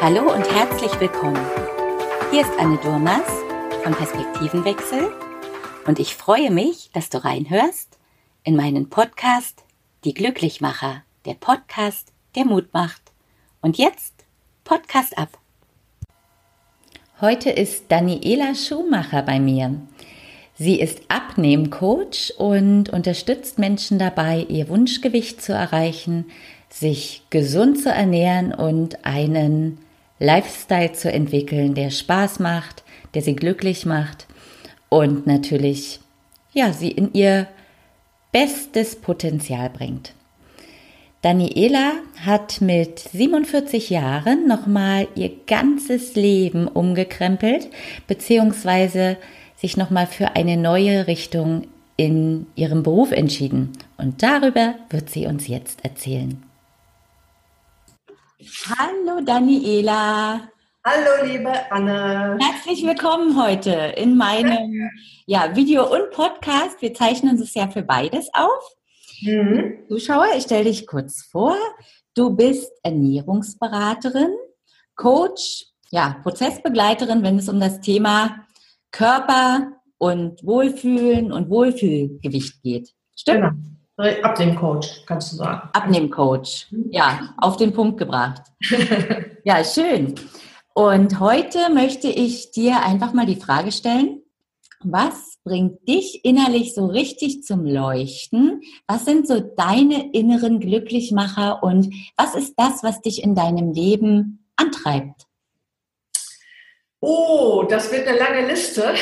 Hallo und herzlich willkommen. Hier ist Anne Durmas von Perspektivenwechsel und ich freue mich, dass du reinhörst in meinen Podcast Die Glücklichmacher, der Podcast, der Mut macht. Und jetzt Podcast ab. Heute ist Daniela Schumacher bei mir. Sie ist Abnehmcoach und unterstützt Menschen dabei, ihr Wunschgewicht zu erreichen, sich gesund zu ernähren und einen Lifestyle zu entwickeln, der Spaß macht, der sie glücklich macht und natürlich, sie in ihr bestes Potenzial bringt. Daniela hat mit 47 Jahren nochmal ihr ganzes Leben umgekrempelt, beziehungsweise sich nochmal für eine neue Richtung in ihrem Beruf entschieden. Und darüber wird sie uns jetzt erzählen. Hallo Daniela. Hallo liebe Anne. Herzlich willkommen heute in meinem Video und Podcast. Wir zeichnen es ja für beides auf. Zuschauer, ich stelle dich kurz vor. Du bist Ernährungsberaterin, Coach, Prozessbegleiterin, wenn es um das Thema Körper und Wohlfühlen und Wohlfühlgewicht geht. Stimmt? Genau. Abnehmcoach, kannst du sagen. Abnehmcoach, auf den Punkt gebracht. Ja, schön. Und heute möchte ich dir einfach mal die Frage stellen, was bringt dich innerlich so richtig zum Leuchten? Was sind so deine inneren Glücklichmacher und was ist das, was dich in deinem Leben antreibt? Oh, das wird eine lange Liste.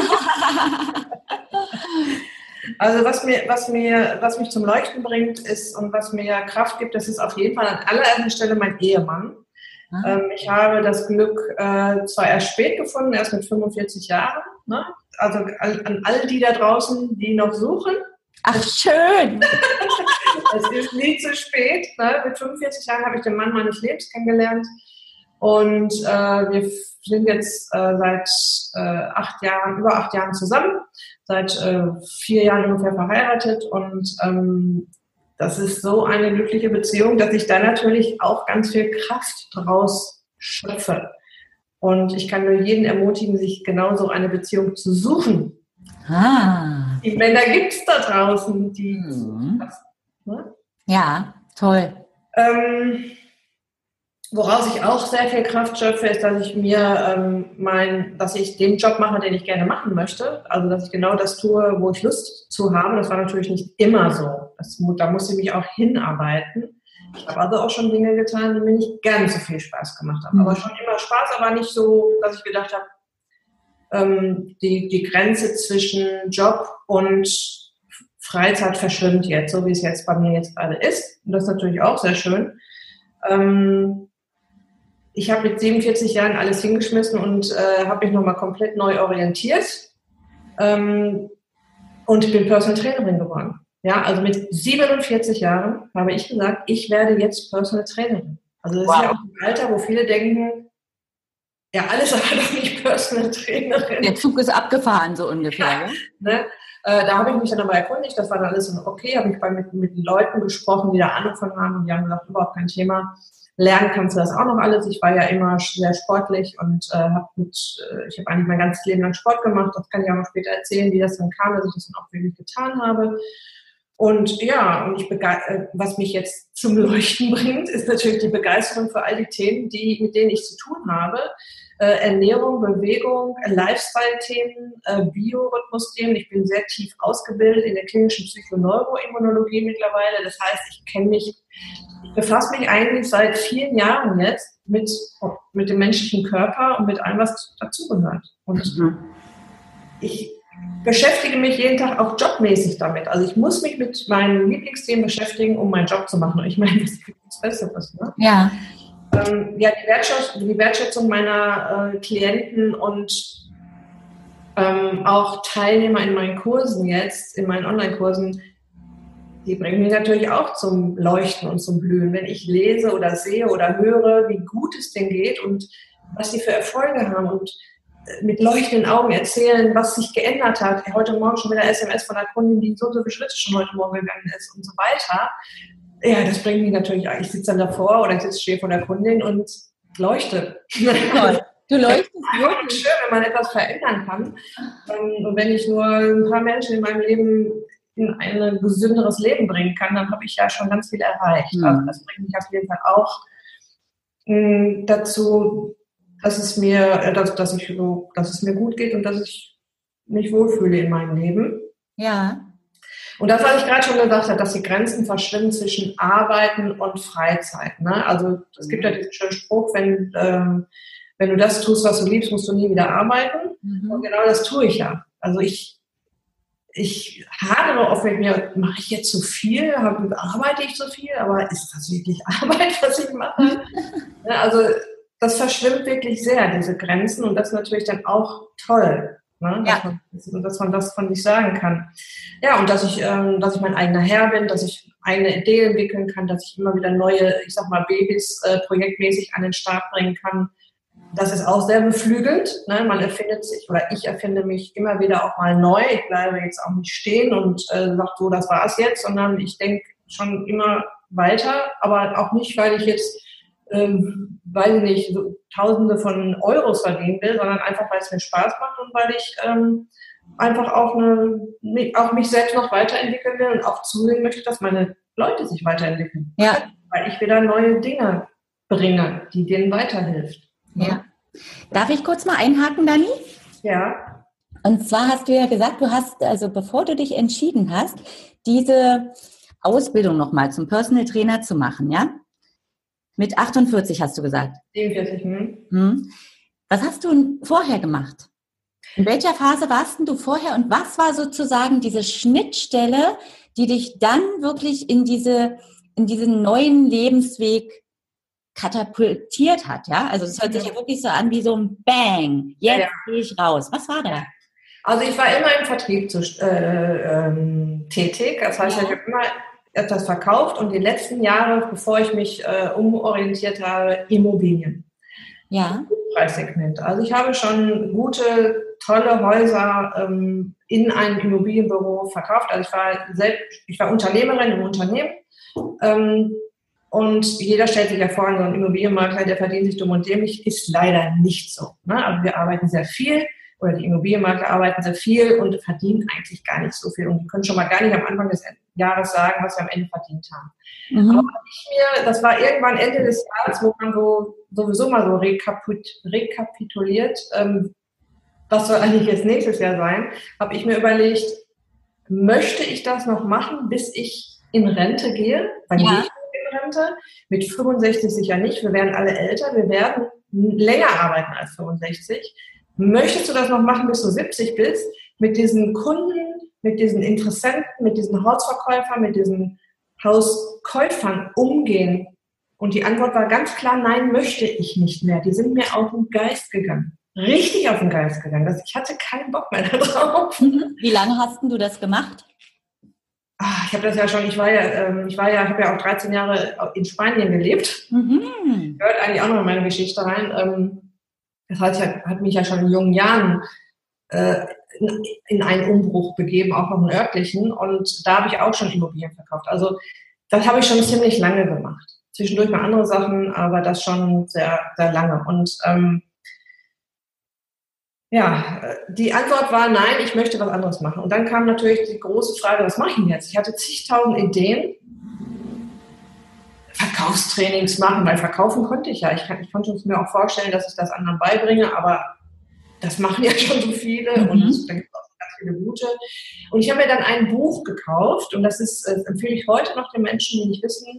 Also was mich zum Leuchten bringt ist und was mir Kraft gibt, das ist auf jeden Fall an allererster Stelle mein Ehemann. Ich habe das Glück zwar erst spät gefunden, erst mit 45 Jahren. Ne? Also an all die da draußen, die noch suchen. Ach, schön! Es ist nie zu spät. Ne? Mit 45 Jahren habe ich den Mann meines Lebens kennengelernt. Und wir sind jetzt seit über 8 Jahren zusammen, seit 4 Jahren ungefähr verheiratet. Und das ist so eine glückliche Beziehung, dass ich da natürlich auch ganz viel Kraft draus schöpfe. Und ich kann nur jeden ermutigen, sich genauso eine Beziehung zu suchen. Die Männer gibt es da draußen, die ne? Ja, toll. Woraus ich auch sehr viel Kraft schöpfe, ist, dass ich dass ich den Job mache, den ich gerne machen möchte. Also, dass ich genau das tue, wo ich Lust zu habe. Das war natürlich nicht immer so. Da musste ich mich auch hinarbeiten. Ich habe also auch schon Dinge getan, die mir nicht ganz so viel Spaß gemacht haben. Aber schon immer Spaß, aber nicht so, dass ich gedacht habe, die Grenze zwischen Job und Freizeit verschwimmt jetzt, so wie es jetzt bei mir jetzt gerade ist. Und das ist natürlich auch sehr schön. Ich habe mit 47 Jahren alles hingeschmissen und habe mich nochmal komplett neu orientiert und bin Personal Trainerin geworden. Ja, also mit 47 Jahren habe ich gesagt, ich werde jetzt Personal Trainerin. Also das ist ja auch ein Alter, wo viele denken, ja, alles aber doch nicht Personal Trainerin. Der Zug ist abgefahren, so ungefähr. Ja, ne? Da habe ich mich dann aber erkundigt, das war dann alles okay, habe ich mit Leuten gesprochen, die da Ahnung von haben und die haben gesagt, überhaupt kein Thema. Lernen kannst du das auch noch alles. Ich war ja immer sehr sportlich und ich habe eigentlich mein ganzes Leben lang Sport gemacht. Das kann ich auch noch später erzählen, wie das dann kam, dass ich das dann auch wirklich getan habe. Und was mich jetzt zum Leuchten bringt, ist natürlich die Begeisterung für all die Themen, mit denen ich zu tun habe. Ernährung, Bewegung, Lifestyle-Themen, Biorhythmus-Themen. Ich bin sehr tief ausgebildet in der klinischen Psychoneuroimmunologie mittlerweile. Das heißt, ich befasse mich eigentlich seit vielen Jahren jetzt mit dem menschlichen Körper und mit allem, was dazugehört. Und ich beschäftige mich jeden Tag auch jobmäßig damit. Also ich muss mich mit meinen Lieblingsthemen beschäftigen, um meinen Job zu machen. Und ich meine, das ist das Besseres. Ne? Ja. Die Wertschätzung meiner Klienten und auch Teilnehmer in meinen Kursen jetzt, in meinen Online-Kursen, die bringen mich natürlich auch zum Leuchten und zum Blühen. Wenn ich lese oder sehe oder höre, wie gut es denen geht und was sie für Erfolge haben und mit leuchtenden Augen erzählen, was sich geändert hat. Heute Morgen schon wieder SMS von einer Kundin, die so viele Schritte schon heute Morgen gegangen ist und so weiter. Ja, das bringt mich natürlich, ich sitze dann davor oder ich stehe vor der Kundin und leuchte. Du leuchtest wirklich. Schön, wenn man etwas verändern kann. Und wenn ich nur ein paar Menschen in meinem Leben in ein gesünderes Leben bringen kann, dann habe ich ja schon ganz viel erreicht. Also das bringt mich auf jeden Fall auch dazu, dass es mir gut geht und dass ich mich wohlfühle in meinem Leben. Ja. Und das, was ich gerade schon gesagt habe, dass die Grenzen verschwimmen zwischen Arbeiten und Freizeit. Ne? Also es gibt ja diesen schönen Spruch, wenn du das tust, was du liebst, musst du nie wieder arbeiten. Und genau das tue ich ja. Also ich hadere oft mit mir, mache ich jetzt zu viel, arbeite ich zu viel, aber ist das wirklich Arbeit, was ich mache? Ja, also das verschwimmt wirklich sehr, diese Grenzen, und das ist natürlich dann auch toll, ne? Dass man das von sich sagen kann. Ja, und dass ich mein eigener Herr bin, dass ich eigene Ideen entwickeln kann, dass ich immer wieder neue, ich sag mal, Babys projektmäßig an den Start bringen kann. Das ist auch sehr beflügelnd. Ne? Man erfindet sich, oder ich erfinde mich immer wieder auch mal neu. Ich bleibe jetzt auch nicht stehen und sage so, das war's jetzt, sondern ich denke schon immer weiter, aber auch nicht, weil ich jetzt, weiß ich nicht, so Tausende von Euros verdienen will, sondern einfach, weil es mir Spaß macht und weil ich einfach auch mich selbst noch weiterentwickeln will und auch zusehen möchte, dass meine Leute sich weiterentwickeln. Ja. Weil ich wieder neue Dinge bringe, die denen weiterhilft. Ja. Darf ich kurz mal einhaken, Dani? Ja. Und zwar hast du ja gesagt, du hast, also bevor du dich entschieden hast, diese Ausbildung nochmal zum Personal Trainer zu machen, ja? Mit 48 hast du gesagt. 47. Was hast du vorher gemacht? In welcher Phase warst du vorher und was war sozusagen diese Schnittstelle, die dich dann wirklich in diesen neuen Lebensweg katapultiert hat, ja? Also das hört sich ja wirklich so an wie so ein Bang. Jetzt gehe ich raus. Was war da? Also ich war immer im Vertrieb tätig. Das heißt, ich habe immer etwas verkauft und die letzten Jahre, bevor ich mich umorientiert habe, Immobilien. Ja. Preissegment. Also ich habe schon gute, tolle Häuser in einem Immobilienbüro verkauft. Also ich war Unternehmerin im Unternehmen. Und jeder stellt sich ja vor, so ein Immobilienmakler, der verdient sich dumm und dämlich, ist leider nicht so. Ne? Also wir arbeiten sehr viel, oder die Immobilienmakler arbeiten sehr viel und verdienen eigentlich gar nicht so viel. Und die können schon mal gar nicht am Anfang des Jahres sagen, was wir am Ende verdient haben. Aber das war irgendwann Ende des Jahres, wo man sowieso mal so rekapituliert, was soll eigentlich jetzt nächstes Jahr sein, habe ich mir überlegt, möchte ich das noch machen, bis ich in Rente gehe? Wann gehe ich in Rente? Mit 65 sicher nicht. Wir werden alle älter. Wir werden länger arbeiten als 65. Möchtest du das noch machen, bis du 70 bist? Mit diesen Kunden, mit diesen Interessenten, mit diesen Hausverkäufern, mit diesen Hauskäufern umgehen? Und die Antwort war ganz klar, nein, möchte ich nicht mehr. Die sind mir auf den Geist gegangen. Richtig auf den Geist gegangen. Ich hatte keinen Bock mehr darauf. Wie lange hast du das gemacht? Ich habe das ja schon, ich habe ja auch 13 Jahre in Spanien gelebt. Gehört eigentlich auch noch in meine Geschichte rein. Das heißt, ich habe mich ja schon in jungen Jahren in einen Umbruch begeben, auch noch einen örtlichen. Und da habe ich auch schon Immobilien verkauft. Also das habe ich schon ziemlich lange gemacht. Zwischendurch mal andere Sachen, aber das schon sehr, sehr lange. Und die Antwort war nein, ich möchte was anderes machen. Und dann kam natürlich die große Frage, was mache ich denn jetzt? Ich hatte zigtausend Ideen, Verkaufstrainings machen, weil verkaufen konnte ich ja. Ich konnte mir auch vorstellen, dass ich das anderen beibringe, aber das machen ja schon so viele und da gibt es auch ganz viele gute. Und ich habe mir dann ein Buch gekauft und das empfehle ich heute noch den Menschen, die nicht wissen,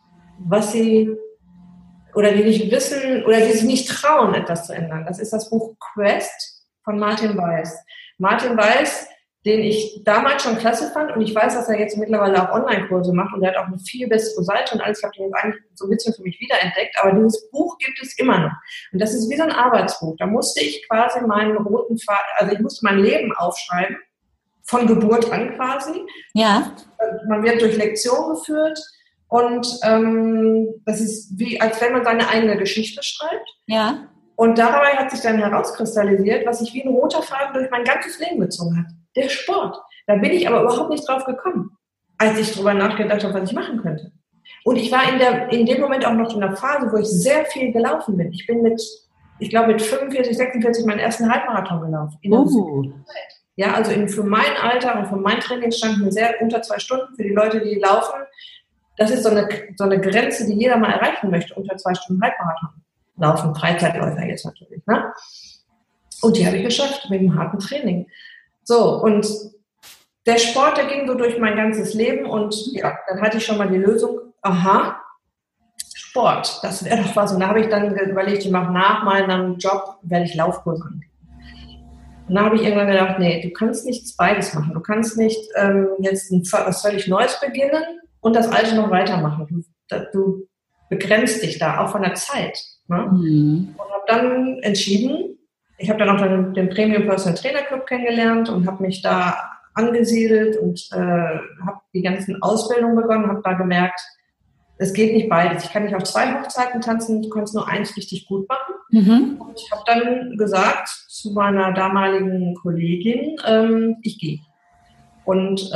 die nicht wissen oder die sich nicht trauen, etwas zu ändern. Das ist das Buch Quest von Martin Weiss. Martin Weiss, den ich damals schon klasse fand und ich weiß, dass er jetzt mittlerweile auch Online-Kurse macht und er hat auch eine viel bessere Seite und alles. Ich habe den jetzt eigentlich so ein bisschen für mich wiederentdeckt, aber dieses Buch gibt es immer noch. Und das ist wie so ein Arbeitsbuch. Da musste ich quasi meinen roten Faden, also ich musste mein Leben aufschreiben, von Geburt an quasi. Ja. Man wird durch Lektion geführt und das ist wie, als wenn man seine eigene Geschichte schreibt. Ja. Und dabei hat sich dann herauskristallisiert, was sich wie ein roter Faden durch mein ganzes Leben gezogen hat. Der Sport. Da bin ich aber überhaupt nicht drauf gekommen, als ich drüber nachgedacht habe, was ich machen könnte. Und ich war in dem Moment auch noch in einer Phase, wo ich sehr viel gelaufen bin. Ich bin ich glaube, mit 45, 46 meinen ersten Halbmarathon gelaufen. Ja, also für mein Alter und für mein Trainingsstand mir sehr unter 2 Stunden. Für die Leute, die laufen, das ist so eine Grenze, die jeder mal erreichen möchte, unter 2 Stunden Halbmarathon laufen. Freizeitläufer jetzt natürlich, ne? Und die habe ich geschafft mit einem harten Training. So, und der Sport, der ging so durch mein ganzes Leben und ja, dann hatte ich schon mal die Lösung, aha, Sport, das wäre doch was. Und da habe ich dann überlegt, ich mache nach meinem Job, werde ich Laufkurse anbieten. Und da habe ich irgendwann gedacht, nee, du kannst nicht beides machen. Du kannst nicht jetzt was völlig Neues beginnen und das Alte noch weitermachen. Du begrenzt dich da, auch von der Zeit. Ne? Und habe dann entschieden, ich habe dann auch den Premium Personal Trainer Club kennengelernt und habe mich da angesiedelt und habe die ganzen Ausbildungen begonnen, habe da gemerkt, es geht nicht beides. Ich kann nicht auf 2 Hochzeiten tanzen, du kannst nur eins richtig gut machen. Und ich habe dann gesagt zu meiner damaligen Kollegin, ich gehe. Und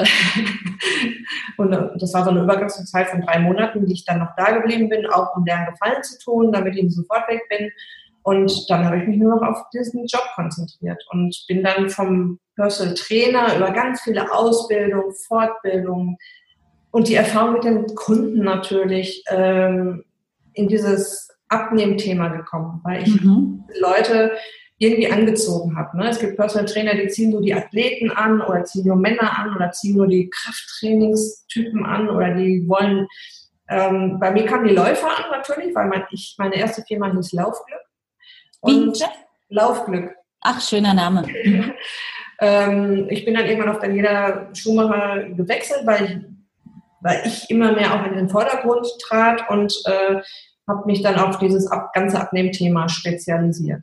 das war so eine Übergangszeit von 3 Monaten, die ich dann noch da geblieben bin, auch um deren Gefallen zu tun, damit ich sofort weg bin. Und dann habe ich mich nur noch auf diesen Job konzentriert und bin dann vom Personal Trainer über ganz viele Ausbildungen, Fortbildungen und die Erfahrung mit den Kunden natürlich in dieses Abnehmthema gekommen, weil ich Leute irgendwie angezogen habe. Ne? Es gibt Personal Trainer, die ziehen nur die Athleten an oder ziehen nur Männer an oder ziehen nur die Krafttrainingstypen an oder die wollen, bei mir kamen die Läufer an natürlich, weil meine erste Firma hieß Laufglück. Und Laufglück. Ach, schöner Name. Ich bin dann irgendwann auf Daniela Schumacher gewechselt, weil ich immer mehr auch in den Vordergrund trat und habe mich dann auf dieses ganze Abnehmthema spezialisiert.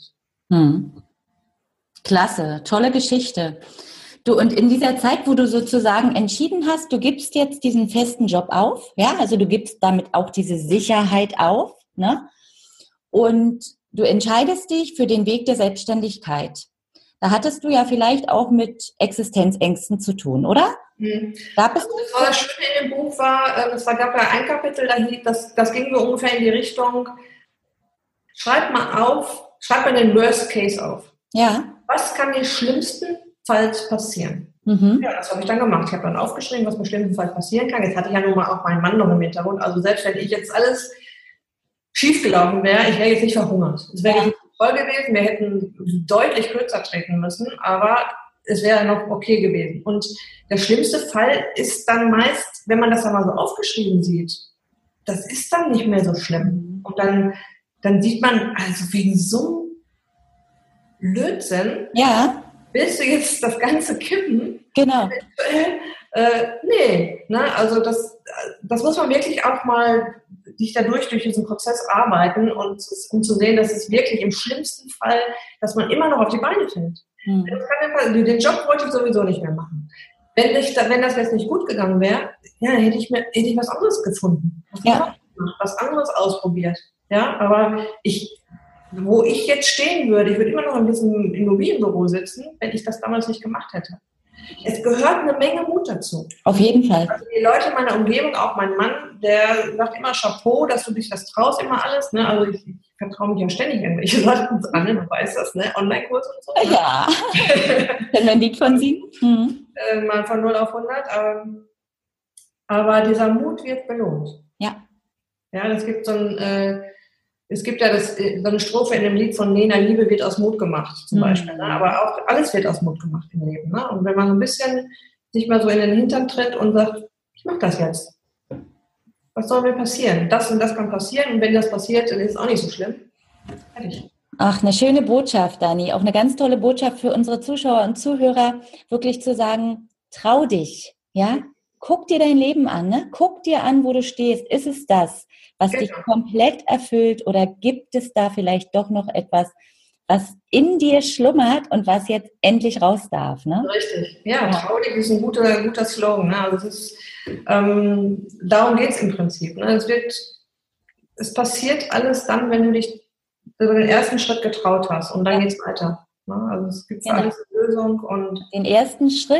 Klasse, tolle Geschichte. Du, und in dieser Zeit, wo du sozusagen entschieden hast, du gibst jetzt diesen festen Job auf, ja, also du gibst damit auch diese Sicherheit auf, ne? Und du entscheidest dich für den Weg der Selbstständigkeit. Da hattest du ja vielleicht auch mit Existenzängsten zu tun, oder? Das Schöne in dem Buch war, gab ja ein Kapitel, das ging so ungefähr in die Richtung, schreib mal den Worst Case auf. Ja. Was kann dir schlimmstenfalls passieren? Ja, das habe ich dann gemacht. Ich habe dann aufgeschrieben, was mir schlimmstenfalls passieren kann. Jetzt hatte ich ja nun mal auch meinen Mann noch im Hintergrund. Also selbst wenn ich jetzt alles schiefgelaufen wäre, ich wäre jetzt nicht verhungert. Es wäre nicht voll gewesen, wir hätten deutlich kürzer treten müssen, aber es wäre noch okay gewesen. Und der schlimmste Fall ist dann meist, wenn man das dann mal so aufgeschrieben sieht, das ist dann nicht mehr so schlimm. Und dann sieht man, also wegen so Blödsinn, willst du jetzt das Ganze kippen? Genau. Nee, ne? Also das muss man wirklich auch mal sich durch diesen Prozess arbeiten und um zu sehen, dass es wirklich im schlimmsten Fall, dass man immer noch auf die Beine fällt. Den Job wollte ich sowieso nicht mehr machen. Wenn das jetzt nicht gut gegangen wäre, ja, hätte ich was anderes gefunden. Was anderes ausprobiert. Ja, aber wo ich jetzt stehen würde, ich würde immer noch in diesem Immobilienbüro sitzen, wenn ich das damals nicht gemacht hätte. Es gehört eine Menge Mut dazu. Auf jeden Fall. Also die Leute in meiner Umgebung, auch mein Mann, der sagt immer Chapeau, dass du dich das traust, immer alles. Ne? Also ich vertraue mich ja ständig irgendwelche Leute an, du weißt das, ne? Online-Kurs und so. Ne? Ja, können wir ein Lied von singen? Mal von 0 auf 100. Aber dieser Mut wird belohnt. Ja. Ja, es gibt ja so eine Strophe in dem Lied von Nena, Liebe wird aus Mut gemacht, zum Beispiel. Ne? Aber auch alles wird aus Mut gemacht im Leben. Ne? Und wenn man so ein bisschen sich mal so in den Hintern tritt und sagt, ich mache das jetzt. Was soll mir passieren? Das und das kann passieren. Und wenn das passiert, dann ist es auch nicht so schlimm. Fertig. Ach, eine schöne Botschaft, Dani. Auch eine ganz tolle Botschaft für unsere Zuschauer und Zuhörer, wirklich zu sagen, trau dich, ja? Guck dir dein Leben an, ne? Guck dir an, wo du stehst. Ist es das, was dich komplett erfüllt, oder gibt es da vielleicht doch noch etwas, was in dir schlummert und was jetzt endlich raus darf, ne? Richtig. Ja, trau dich ist ein guter Slogan, ne? Also darum geht es im Prinzip, ne? Es passiert alles dann, wenn du dich über den ersten Schritt getraut hast und dann geht's weiter. Ne? Also es gibt alles eine Lösung und den ersten Schritt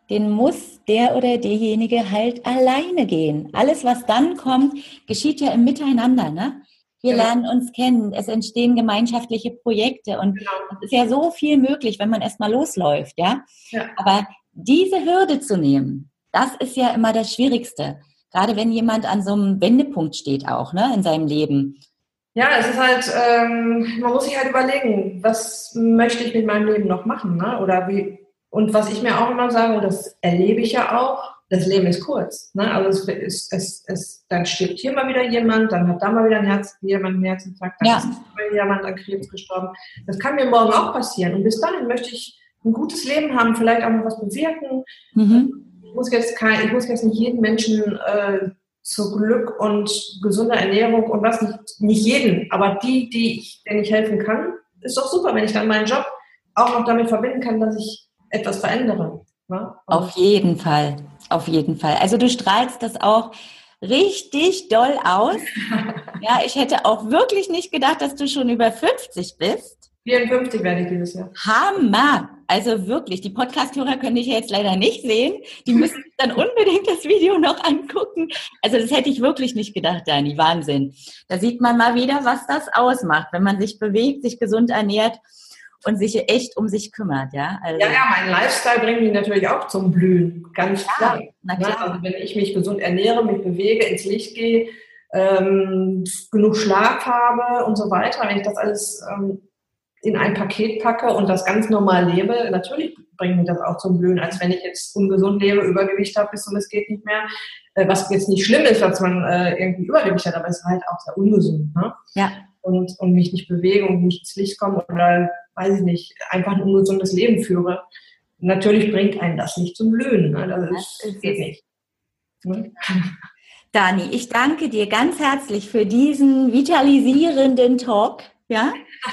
den muss der oder derjenige halt alleine gehen. Alles, was dann kommt, geschieht ja im Miteinander, ne? Wir lernen uns kennen, es entstehen gemeinschaftliche Projekte und es ist ja so viel möglich, wenn man erstmal losläuft, ja? Aber diese Hürde zu nehmen, das ist ja immer das Schwierigste. Gerade wenn jemand an so einem Wendepunkt steht auch, ne, in seinem Leben. Ja, es ist halt, man muss sich halt überlegen, was möchte ich mit meinem Leben noch machen, ne? Oder wie, und was ich mir auch immer sage, und das erlebe ich ja auch, das Leben ist kurz, ne? Also dann stirbt hier mal wieder jemand, dann hat da mal wieder jemand einen Herzinfarkt, dann ist mal jemand an Krebs gestorben. Das kann mir morgen auch passieren. Und bis dahin möchte ich ein gutes Leben haben, vielleicht auch noch was bewirken. Ich muss jetzt nicht jeden Menschen zu Glück und gesunder Ernährung und was nicht jeden, aber denen ich helfen kann, ist doch super, wenn ich dann meinen Job auch noch damit verbinden kann, dass ich etwas verändere. Ne? Auf jeden Fall. Also du strahlst das auch richtig doll aus. Ja, ich hätte auch wirklich nicht gedacht, dass du schon über 50 bist. 54 werde ich dieses Jahr. Hammer! Also wirklich, die Podcast-Hörer können dich jetzt leider nicht sehen. Die müssen sich dann unbedingt das Video noch angucken. Also das hätte ich wirklich nicht gedacht, Dani. Wahnsinn. Da sieht man mal wieder, was das ausmacht, wenn man sich bewegt, sich gesund ernährt und sich echt um sich kümmert. Ja, also, mein Lifestyle bringt mich natürlich auch zum Blühen. Ganz klar. Na klar. Also wenn ich mich gesund ernähre, mich bewege, ins Licht gehe, genug Schlaf habe und so weiter, wenn ich das alles in ein Paket packe und das ganz normal lebe, natürlich bringt mich das auch zum Blühen, als wenn ich jetzt ungesund lebe, Übergewicht habe bis zum es geht nicht mehr. Was jetzt nicht schlimm ist, dass man irgendwie Übergewicht hat, aber es ist halt auch sehr ungesund. Ne? Ja. Und mich nicht bewege und nicht ins Licht komme oder, weiß ich nicht, einfach ein ungesundes Leben führe. Natürlich bringt einen das nicht zum Blühen. Ne? Das geht nicht. Ne? Dani, ich danke dir ganz herzlich für diesen vitalisierenden Talk. Ja.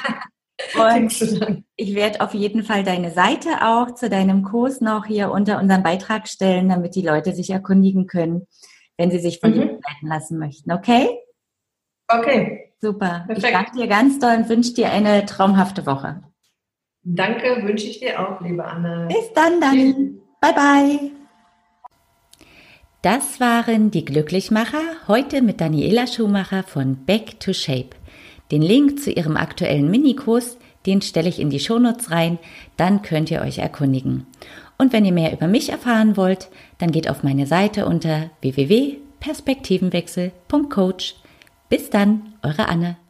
Und ich werde auf jeden Fall deine Seite auch zu deinem Kurs noch hier unter unseren Beitrag stellen, damit die Leute sich erkundigen können, wenn sie sich von dir begleiten lassen möchten. Okay? Okay. Super. Perfekt. Ich danke dir ganz doll und wünsche dir eine traumhafte Woche. Danke, wünsche ich dir auch, liebe Anne. Bis dann, Dani. Bye, bye. Das waren die Glücklichmacher, heute mit Daniela Schumacher von Back to Shape. Den Link zu ihrem aktuellen Minikurs, den stelle ich in die Shownotes rein, dann könnt ihr euch erkundigen. Und wenn ihr mehr über mich erfahren wollt, dann geht auf meine Seite unter www.perspektivenwechsel.coach. Bis dann, eure Anne.